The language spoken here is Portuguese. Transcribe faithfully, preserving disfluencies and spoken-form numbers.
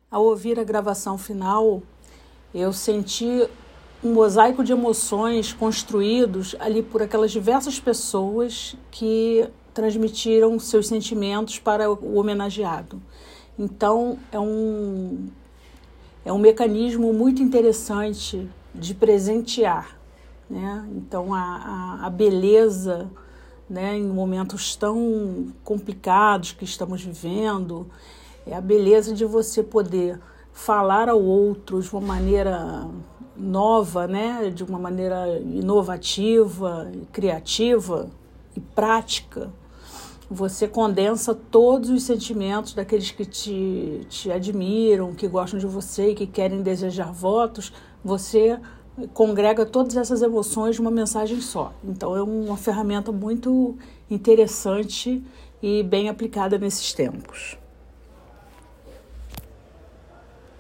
Ao ouvir a gravação final, eu senti um mosaico de emoções construídos ali por aquelas diversas pessoas que transmitiram seus sentimentos para o homenageado. Então, é um, é um mecanismo muito interessante de presentear, né? Então, a, a, a beleza, né, em momentos tão complicados que estamos vivendo, é a beleza de você poder falar ao outro de uma maneira nova, né, de uma maneira inovativa, criativa e prática. Você condensa todos os sentimentos daqueles que te, te admiram, que gostam de você e que querem desejar votos. Você congrega todas essas emoções numa mensagem só. Então, é uma ferramenta muito interessante e bem aplicada nesses tempos.